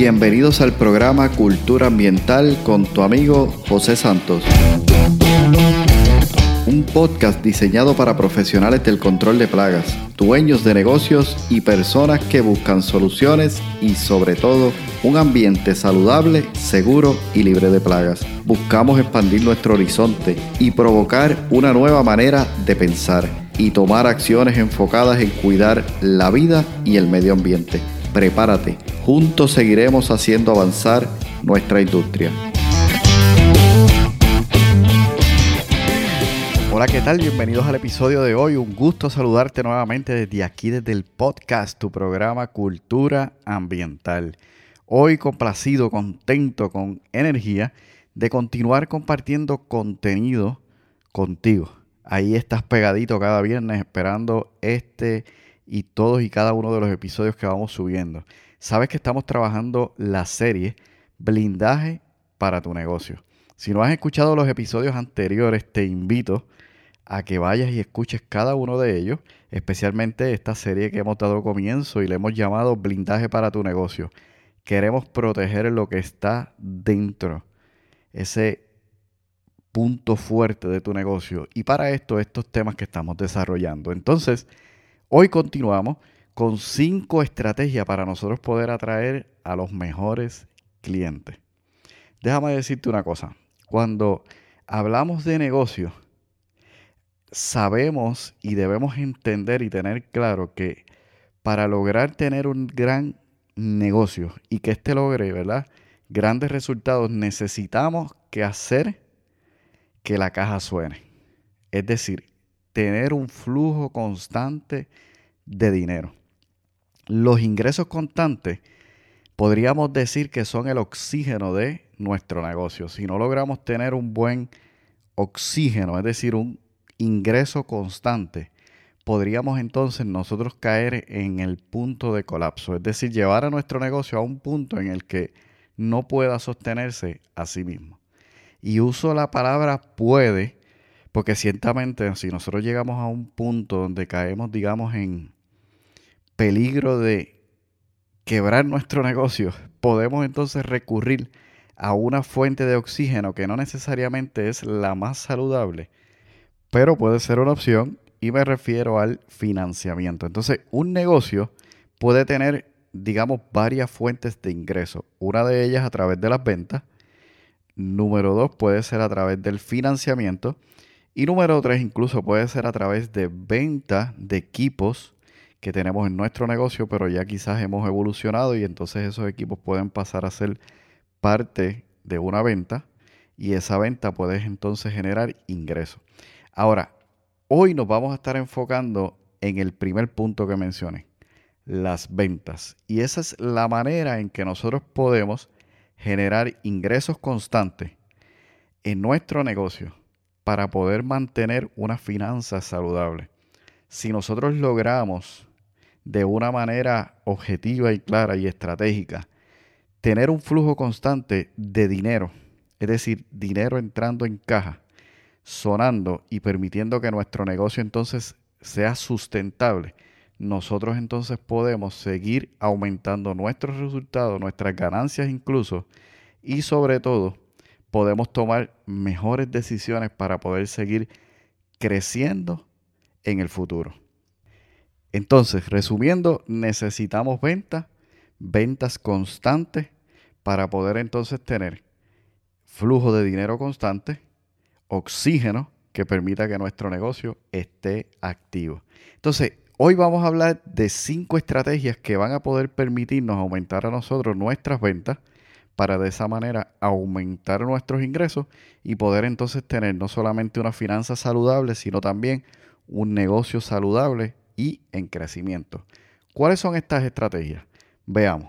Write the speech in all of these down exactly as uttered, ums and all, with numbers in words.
Bienvenidos al programa Cultura Ambiental con tu amigo José Santos. Un podcast diseñado para profesionales del control de plagas, dueños de negocios y personas que buscan soluciones y, sobre todo, un ambiente saludable, seguro y libre de plagas. Buscamos expandir nuestro horizonte y provocar una nueva manera de pensar y tomar acciones enfocadas en cuidar la vida y el medio ambiente. Prepárate, juntos seguiremos haciendo avanzar nuestra industria. Hola, ¿qué tal? Bienvenidos al episodio de hoy. Un gusto saludarte nuevamente desde aquí, desde el podcast, tu programa Cultura Ambiental. Hoy complacido, contento, con energía de continuar compartiendo contenido contigo. Ahí estás pegadito cada viernes esperando este y todos y cada uno de los episodios que vamos subiendo. Sabes que estamos trabajando la serie Blindaje para tu negocio. Si no has escuchado los episodios anteriores, te invito a que vayas y escuches cada uno de ellos, especialmente esta serie que hemos dado comienzo y le hemos llamado Blindaje para tu negocio. Queremos proteger lo que está dentro, ese punto fuerte de tu negocio. Y para esto, estos temas que estamos desarrollando. Entonces, hoy continuamos con cinco estrategias para nosotros poder atraer a los mejores clientes. Déjame decirte una cosa. Cuando hablamos de negocio, sabemos y debemos entender y tener claro que para lograr tener un gran negocio y que éste logre, ¿verdad?, grandes resultados, necesitamos que hacer que la caja suene. Es decir, tener un flujo constante de dinero. Los ingresos constantes podríamos decir que son el oxígeno de nuestro negocio. Si no logramos tener un buen oxígeno, es decir, un ingreso constante, podríamos entonces nosotros caer en el punto de colapso, es decir, llevar a nuestro negocio a un punto en el que no pueda sostenerse a sí mismo. Y uso la palabra puede, porque ciertamente si nosotros llegamos a un punto donde caemos, digamos, en peligro de quebrar nuestro negocio, podemos entonces recurrir a una fuente de oxígeno que no necesariamente es la más saludable, pero puede ser una opción, y me refiero al financiamiento. Entonces, un negocio puede tener, digamos, varias fuentes de ingreso. Una de ellas a través de las ventas. Número dos puede ser a través del financiamiento. Y número tres incluso puede ser a través de venta de equipos que tenemos en nuestro negocio, pero ya quizás hemos evolucionado y entonces esos equipos pueden pasar a ser parte de una venta y esa venta puede entonces generar ingresos. Ahora, hoy nos vamos a estar enfocando en el primer punto que mencioné, las ventas. Y esa es la manera en que nosotros podemos generar ingresos constantes en nuestro negocio para poder mantener una finanza saludable. Si nosotros logramos de una manera objetiva y clara y estratégica tener un flujo constante de dinero, es decir, dinero entrando en caja, sonando y permitiendo que nuestro negocio entonces sea sustentable, nosotros entonces podemos seguir aumentando nuestros resultados, nuestras ganancias incluso, y sobre todo podemos tomar mejores decisiones para poder seguir creciendo en el futuro. Entonces, resumiendo, necesitamos ventas, ventas constantes para poder entonces tener flujo de dinero constante, oxígeno que permita que nuestro negocio esté activo. Entonces, hoy vamos a hablar de cinco estrategias que van a poder permitirnos aumentar a nosotros nuestras ventas para de esa manera aumentar nuestros ingresos y poder entonces tener no solamente una finanza saludable, sino también un negocio saludable y en crecimiento. ¿Cuáles son estas estrategias? Veamos.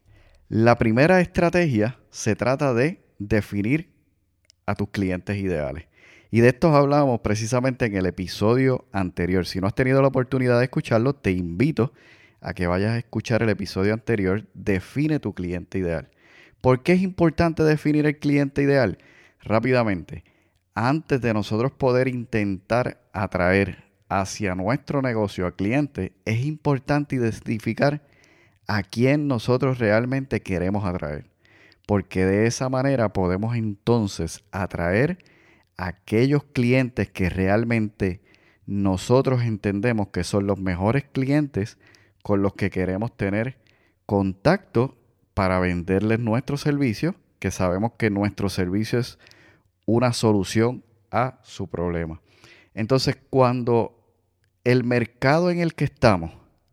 La primera estrategia se trata de definir a tus clientes ideales. Y de estos hablamos precisamente en el episodio anterior. Si no has tenido la oportunidad de escucharlo, te invito a que vayas a escuchar el episodio anterior, Define tu cliente ideal. ¿Por qué es importante definir el cliente ideal? Rápidamente, antes de nosotros poder intentar atraer hacia nuestro negocio a clientes, es importante identificar a quién nosotros realmente queremos atraer. Porque de esa manera podemos entonces atraer a aquellos clientes que realmente nosotros entendemos que son los mejores clientes con los que queremos tener contacto para venderles nuestro servicio, que sabemos que nuestro servicio es una solución a su problema. Entonces, cuando el mercado en el que estamos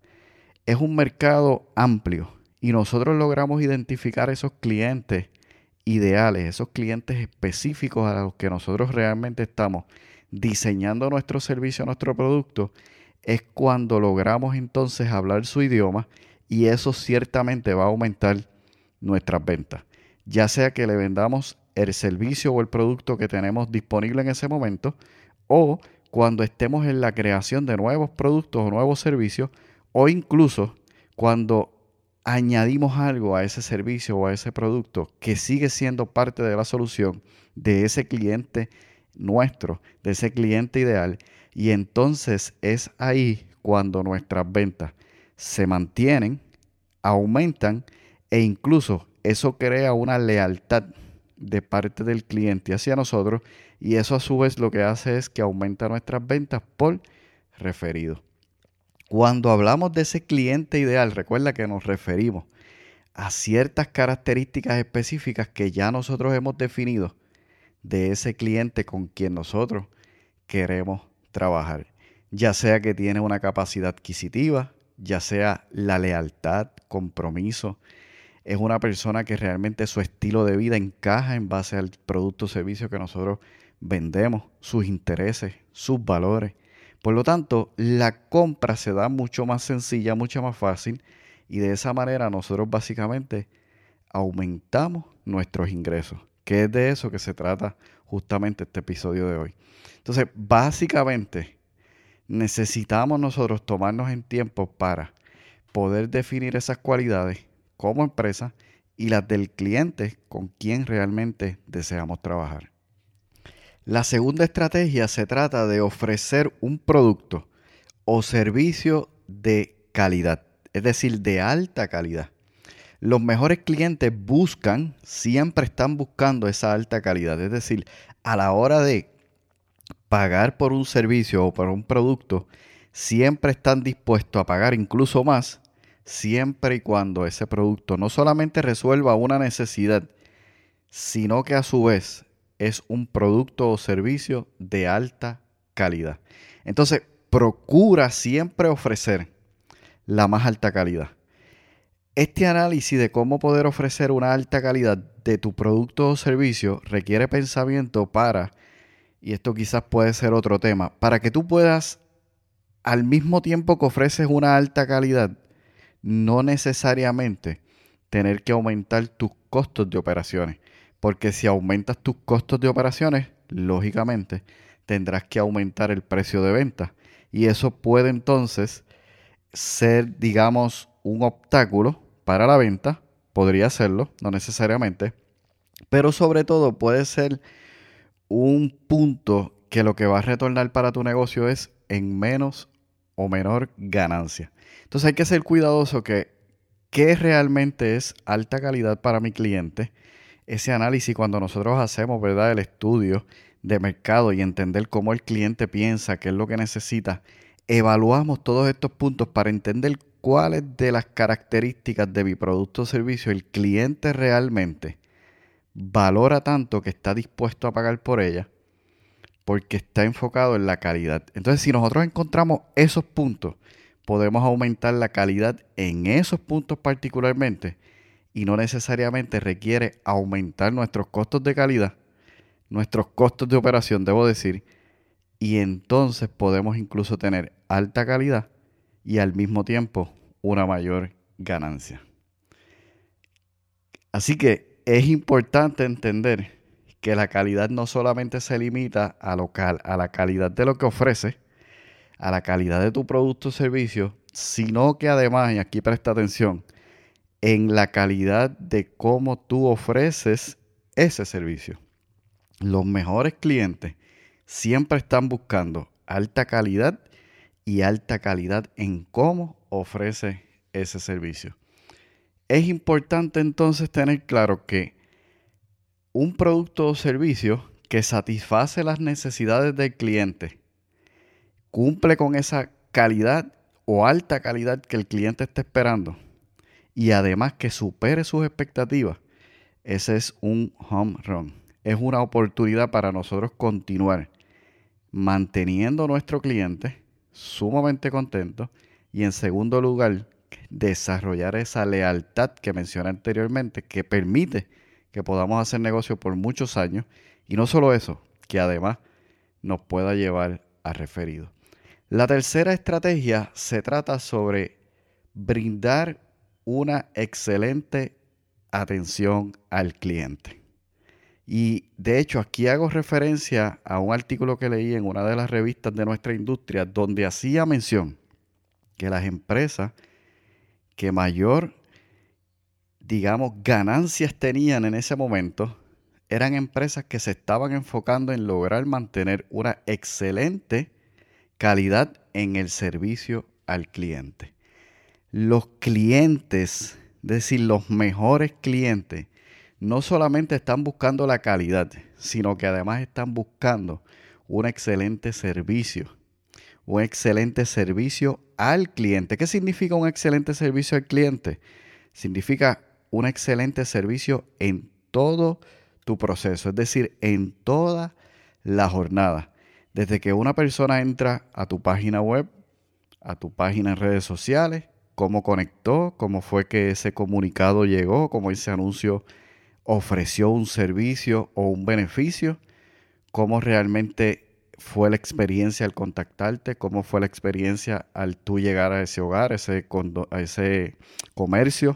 es un mercado amplio y nosotros logramos identificar esos clientes ideales, esos clientes específicos a los que nosotros realmente estamos diseñando nuestro servicio, nuestro producto, es cuando logramos entonces hablar su idioma y eso ciertamente va a aumentar nuestras ventas. Ya sea que le vendamos el servicio o el producto que tenemos disponible en ese momento o cuando estemos en la creación de nuevos productos o nuevos servicios o incluso cuando añadimos algo a ese servicio o a ese producto que sigue siendo parte de la solución de ese cliente nuestro, de ese cliente ideal. Y entonces es ahí cuando nuestras ventas se mantienen, aumentan e incluso eso crea una lealtad de parte del cliente hacia nosotros y eso a su vez lo que hace es que aumenta nuestras ventas por referido. Cuando hablamos de ese cliente ideal, recuerda que nos referimos a ciertas características específicas que ya nosotros hemos definido de ese cliente con quien nosotros queremos trabajar. Ya sea que tiene una capacidad adquisitiva, ya sea la lealtad, compromiso, es una persona que realmente su estilo de vida encaja en base al producto o servicio que nosotros vendemos, sus intereses, sus valores. Por lo tanto, la compra se da mucho más sencilla, mucho más fácil y de esa manera nosotros básicamente aumentamos nuestros ingresos, que es de eso que se trata justamente este episodio de hoy. Entonces, básicamente necesitamos nosotros tomarnos en tiempo para poder definir esas cualidades como empresa y las del cliente con quien realmente deseamos trabajar. La segunda estrategia se trata de ofrecer un producto o servicio de calidad, es decir, de alta calidad. Los mejores clientes buscan, siempre están buscando esa alta calidad, es decir, a la hora de pagar por un servicio o por un producto, siempre están dispuestos a pagar incluso más, siempre y cuando ese producto no solamente resuelva una necesidad, sino que a su vez es un producto o servicio de alta calidad. Entonces, procura siempre ofrecer la más alta calidad. Este análisis de cómo poder ofrecer una alta calidad de tu producto o servicio requiere pensamiento para, y esto quizás puede ser otro tema, para que tú puedas, al mismo tiempo que ofreces una alta calidad, no necesariamente tener que aumentar tus costos de operaciones. Porque si aumentas tus costos de operaciones, lógicamente tendrás que aumentar el precio de venta. Y eso puede entonces ser, digamos, un obstáculo para la venta. Podría serlo, no necesariamente. Pero sobre todo puede ser un punto que lo que va a retornar para tu negocio es en menos o menor ganancia. Entonces hay que ser cuidadoso que qué realmente es alta calidad para mi cliente. Ese análisis cuando nosotros hacemos, ¿verdad?, el estudio de mercado y entender cómo el cliente piensa, qué es lo que necesita, evaluamos todos estos puntos para entender cuáles de las características de mi producto o servicio el cliente realmente valora tanto que está dispuesto a pagar por ella porque está enfocado en la calidad. Entonces, si nosotros encontramos esos puntos, podemos aumentar la calidad en esos puntos particularmente y no necesariamente requiere aumentar nuestros costos de calidad, nuestros costos de operación, debo decir, y entonces podemos incluso tener alta calidad y al mismo tiempo una mayor ganancia. Así que es importante entender que la calidad no solamente se limita a, lo cal- a la calidad de lo que ofrece, a la calidad de tu producto o servicio, sino que además, y aquí presta atención, en la calidad de cómo tú ofreces ese servicio. Los mejores clientes siempre están buscando alta calidad y alta calidad en cómo ofrece ese servicio. Es importante entonces tener claro que un producto o servicio que satisface las necesidades del cliente, cumple con esa calidad o alta calidad que el cliente está esperando y además que supere sus expectativas, ese es un home run. Es una oportunidad para nosotros continuar manteniendo a nuestro cliente sumamente contento y en segundo lugar, desarrollar esa lealtad que mencioné anteriormente que permite que podamos hacer negocio por muchos años y no solo eso, que además nos pueda llevar a referidos. La tercera estrategia se trata sobre brindar una excelente atención al cliente. Y de hecho aquí hago referencia a un artículo que leí en una de las revistas de nuestra industria donde hacía mención que las empresas que mayor, digamos, ganancias tenían en ese momento eran empresas que se estaban enfocando en lograr mantener una excelente calidad en el servicio al cliente. Los clientes, es decir, los mejores clientes, no solamente están buscando la calidad, sino que además están buscando un excelente servicio. Un excelente servicio al cliente. ¿Qué significa un excelente servicio al cliente? Significa un excelente servicio en todo tu proceso, es decir, en toda la jornada. Desde que una persona entra a tu página web, a tu página en redes sociales, cómo conectó, cómo fue que ese comunicado llegó, cómo ese anuncio ofreció un servicio o un beneficio, cómo realmente fue la experiencia al contactarte, cómo fue la experiencia al tú llegar a ese hogar, ese condo- a ese comercio.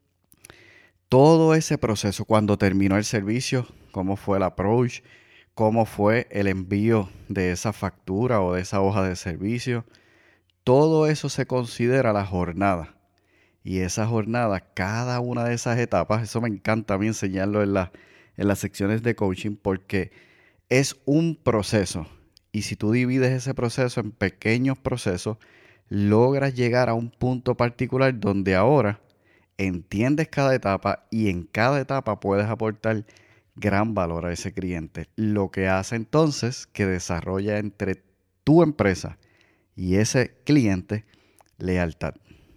Todo ese proceso, cuando terminó el servicio, cómo fue el approach, cómo fue el envío de esa factura o de esa hoja de servicio. Todo eso se considera la jornada. Y esa jornada, cada una de esas etapas, eso me encanta a mí enseñarlo en, la- en las secciones de coaching porque es un proceso. Y si tú divides ese proceso en pequeños procesos, logras llegar a un punto particular donde ahora entiendes cada etapa y en cada etapa puedes aportar gran valor a ese cliente. Lo que hace entonces que desarrolla entre tu empresa y ese cliente lealtad.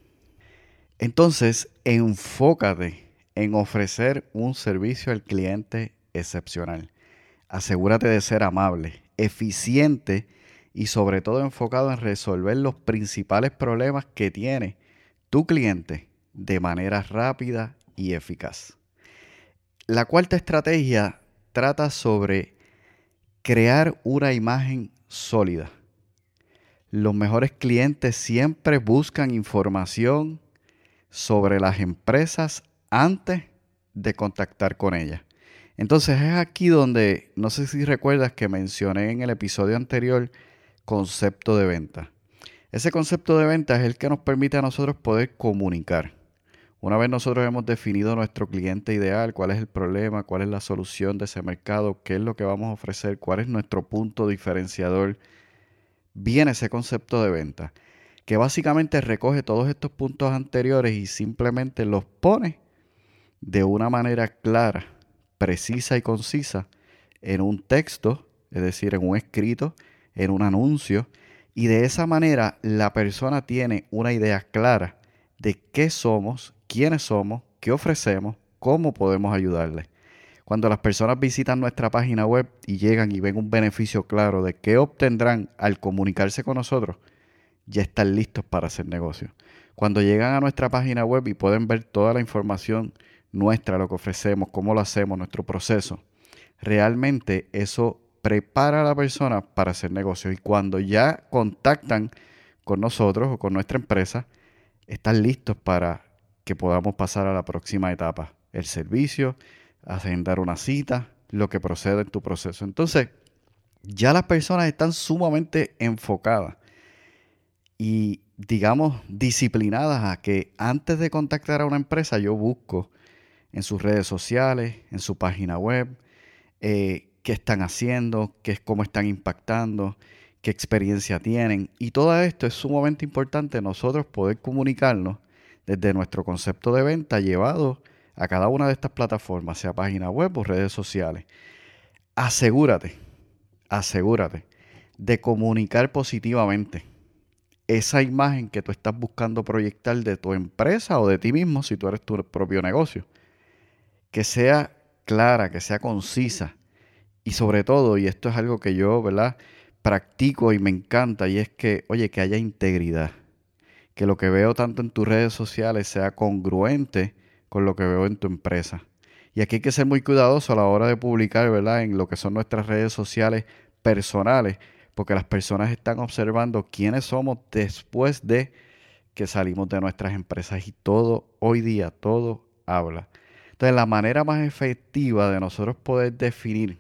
Entonces, enfócate en ofrecer un servicio al cliente excepcional. Asegúrate de ser amable, eficiente y sobre todo enfocado en resolver los principales problemas que tiene tu cliente de manera rápida y eficaz. La cuarta estrategia trata sobre crear una imagen sólida. Los mejores clientes siempre buscan información sobre las empresas antes de contactar con ellas. Entonces es aquí donde, no sé si recuerdas que mencioné en el episodio anterior, concepto de venta. Ese concepto de venta es el que nos permite a nosotros poder comunicar. Una vez nosotros hemos definido nuestro cliente ideal, cuál es el problema, cuál es la solución de ese mercado, qué es lo que vamos a ofrecer, cuál es nuestro punto diferenciador, viene ese concepto de venta, que básicamente recoge todos estos puntos anteriores y simplemente los pone de una manera clara, precisa y concisa en un texto, es decir, en un escrito, en un anuncio, y de esa manera la persona tiene una idea clara de qué somos, quiénes somos, qué ofrecemos, cómo podemos ayudarles. Cuando las personas visitan nuestra página web y llegan y ven un beneficio claro de qué obtendrán al comunicarse con nosotros, ya están listos para hacer negocio. Cuando llegan a nuestra página web y pueden ver toda la información nuestra, lo que ofrecemos, cómo lo hacemos, nuestro proceso, realmente eso prepara a la persona para hacer negocio. Y cuando ya contactan con nosotros o con nuestra empresa, están listos para que podamos pasar a la próxima etapa, el servicio, agendar una cita, lo que procede en tu proceso. Entonces, ya las personas están sumamente enfocadas y, digamos, disciplinadas a que antes de contactar a una empresa yo busco en sus redes sociales, en su página web, eh, qué están haciendo, qué, cómo están impactando, qué experiencia tienen. Y todo esto es sumamente importante nosotros poder comunicarnos desde nuestro concepto de venta llevado a cada una de estas plataformas, sea página web o redes sociales. Asegúrate, asegúrate de comunicar positivamente esa imagen que tú estás buscando proyectar de tu empresa o de ti mismo si tú eres tu propio negocio. Que sea clara, que sea concisa y sobre todo, y esto es algo que yo, ¿verdad?, practico y me encanta, y es que, oye, que haya integridad. Que lo que veo tanto en tus redes sociales sea congruente con lo que veo en tu empresa. Y aquí hay que ser muy cuidadoso a la hora de publicar, ¿verdad?, en lo que son nuestras redes sociales personales, porque las personas están observando quiénes somos después de que salimos de nuestras empresas y todo, hoy día, todo habla. Entonces, la manera más efectiva de nosotros poder definir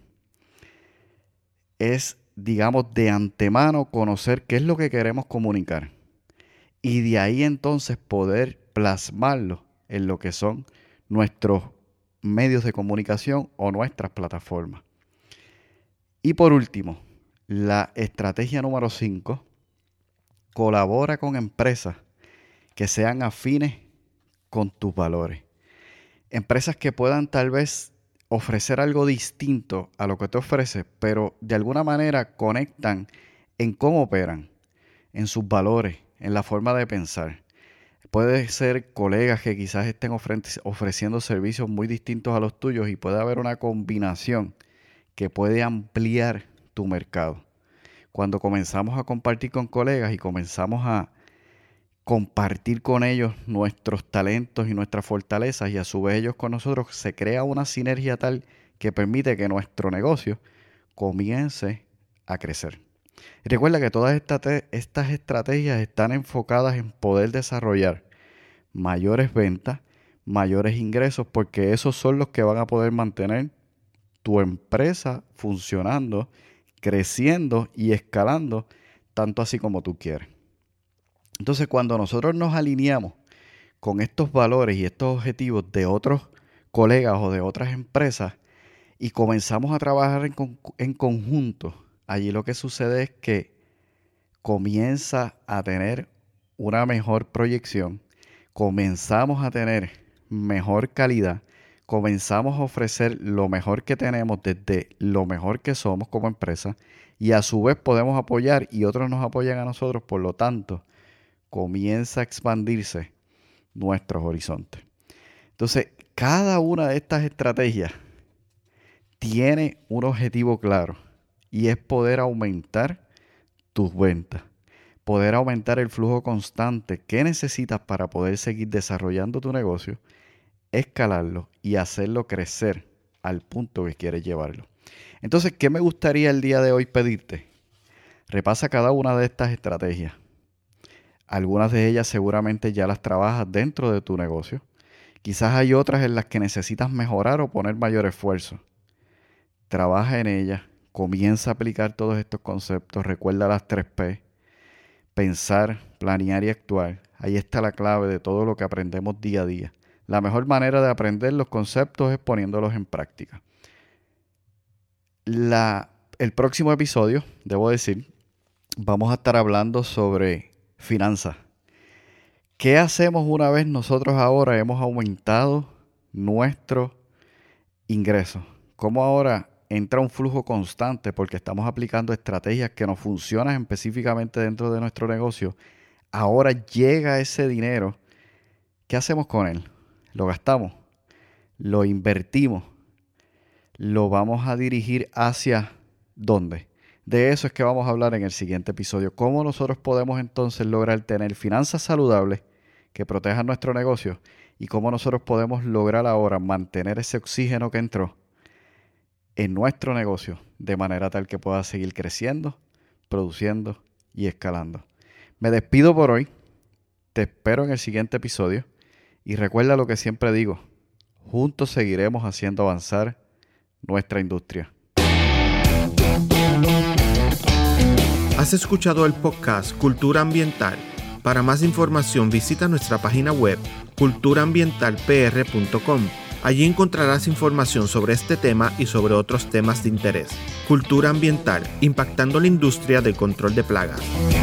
es, digamos, de antemano conocer qué es lo que queremos comunicar y de ahí entonces poder plasmarlo en lo que son nuestros medios de comunicación o nuestras plataformas. Y por último, la estrategia número cinco, colabora con empresas que sean afines con tus valores. Empresas que puedan tal vez ofrecer algo distinto a lo que te ofreces, pero de alguna manera conectan en cómo operan, en sus valores, en la forma de pensar. Puede ser colegas que quizás estén ofre- ofreciendo servicios muy distintos a los tuyos y puede haber una combinación que puede ampliar tu mercado. Cuando comenzamos a compartir con colegas y comenzamos a compartir con ellos nuestros talentos y nuestras fortalezas y a su vez ellos con nosotros, se crea una sinergia tal que permite que nuestro negocio comience a crecer. Y recuerda que todas estas, estas estrategias están enfocadas en poder desarrollar mayores ventas, mayores ingresos, porque esos son los que van a poder mantener tu empresa funcionando, creciendo y escalando, tanto así como tú quieres. Entonces, cuando nosotros nos alineamos con estos valores y estos objetivos de otros colegas o de otras empresas y comenzamos a trabajar en, con, en conjunto, allí lo que sucede es que comienza a tener una mejor proyección, comenzamos a tener mejor calidad, comenzamos a ofrecer lo mejor que tenemos desde lo mejor que somos como empresa y a su vez podemos apoyar y otros nos apoyan a nosotros, por lo tanto, comienza a expandirse nuestros horizontes. Entonces, cada una de estas estrategias tiene un objetivo claro y es poder aumentar tus ventas, poder aumentar el flujo constante que necesitas para poder seguir desarrollando tu negocio, escalarlo y hacerlo crecer al punto que quieres llevarlo. Entonces, ¿qué me gustaría el día de hoy pedirte? Repasa cada una de estas estrategias. Algunas de ellas seguramente ya las trabajas dentro de tu negocio. Quizás hay otras en las que necesitas mejorar o poner mayor esfuerzo. Trabaja en ellas, comienza a aplicar todos estos conceptos. Recuerda las tres P. Pensar, planear y actuar. Ahí está la clave de todo lo que aprendemos día a día. La mejor manera de aprender los conceptos es poniéndolos en práctica. La, el próximo episodio, debo decir, vamos a estar hablando sobre finanzas. ¿Qué hacemos una vez nosotros ahora hemos aumentado nuestro ingreso? ¿Cómo ahora entra un flujo constante porque estamos aplicando estrategias que nos funcionan específicamente dentro de nuestro negocio? Ahora llega ese dinero. ¿Qué hacemos con él? ¿Lo gastamos? ¿Lo invertimos? ¿Lo vamos a dirigir hacia dónde? De eso es que vamos a hablar en el siguiente episodio. ¿Cómo nosotros podemos entonces lograr tener finanzas saludables que protejan nuestro negocio? Y cómo nosotros podemos lograr ahora mantener ese oxígeno que entró en nuestro negocio de manera tal que pueda seguir creciendo, produciendo y escalando. Me despido por hoy. Te espero en el siguiente episodio. Y recuerda lo que siempre digo. Juntos seguiremos haciendo avanzar nuestra industria. Has escuchado el podcast Cultura Ambiental. Para más información visita nuestra página web cultura ambiental p r punto com. Allí encontrarás información sobre este tema y sobre otros temas de interés. Cultura Ambiental, impactando la industria del control de plagas.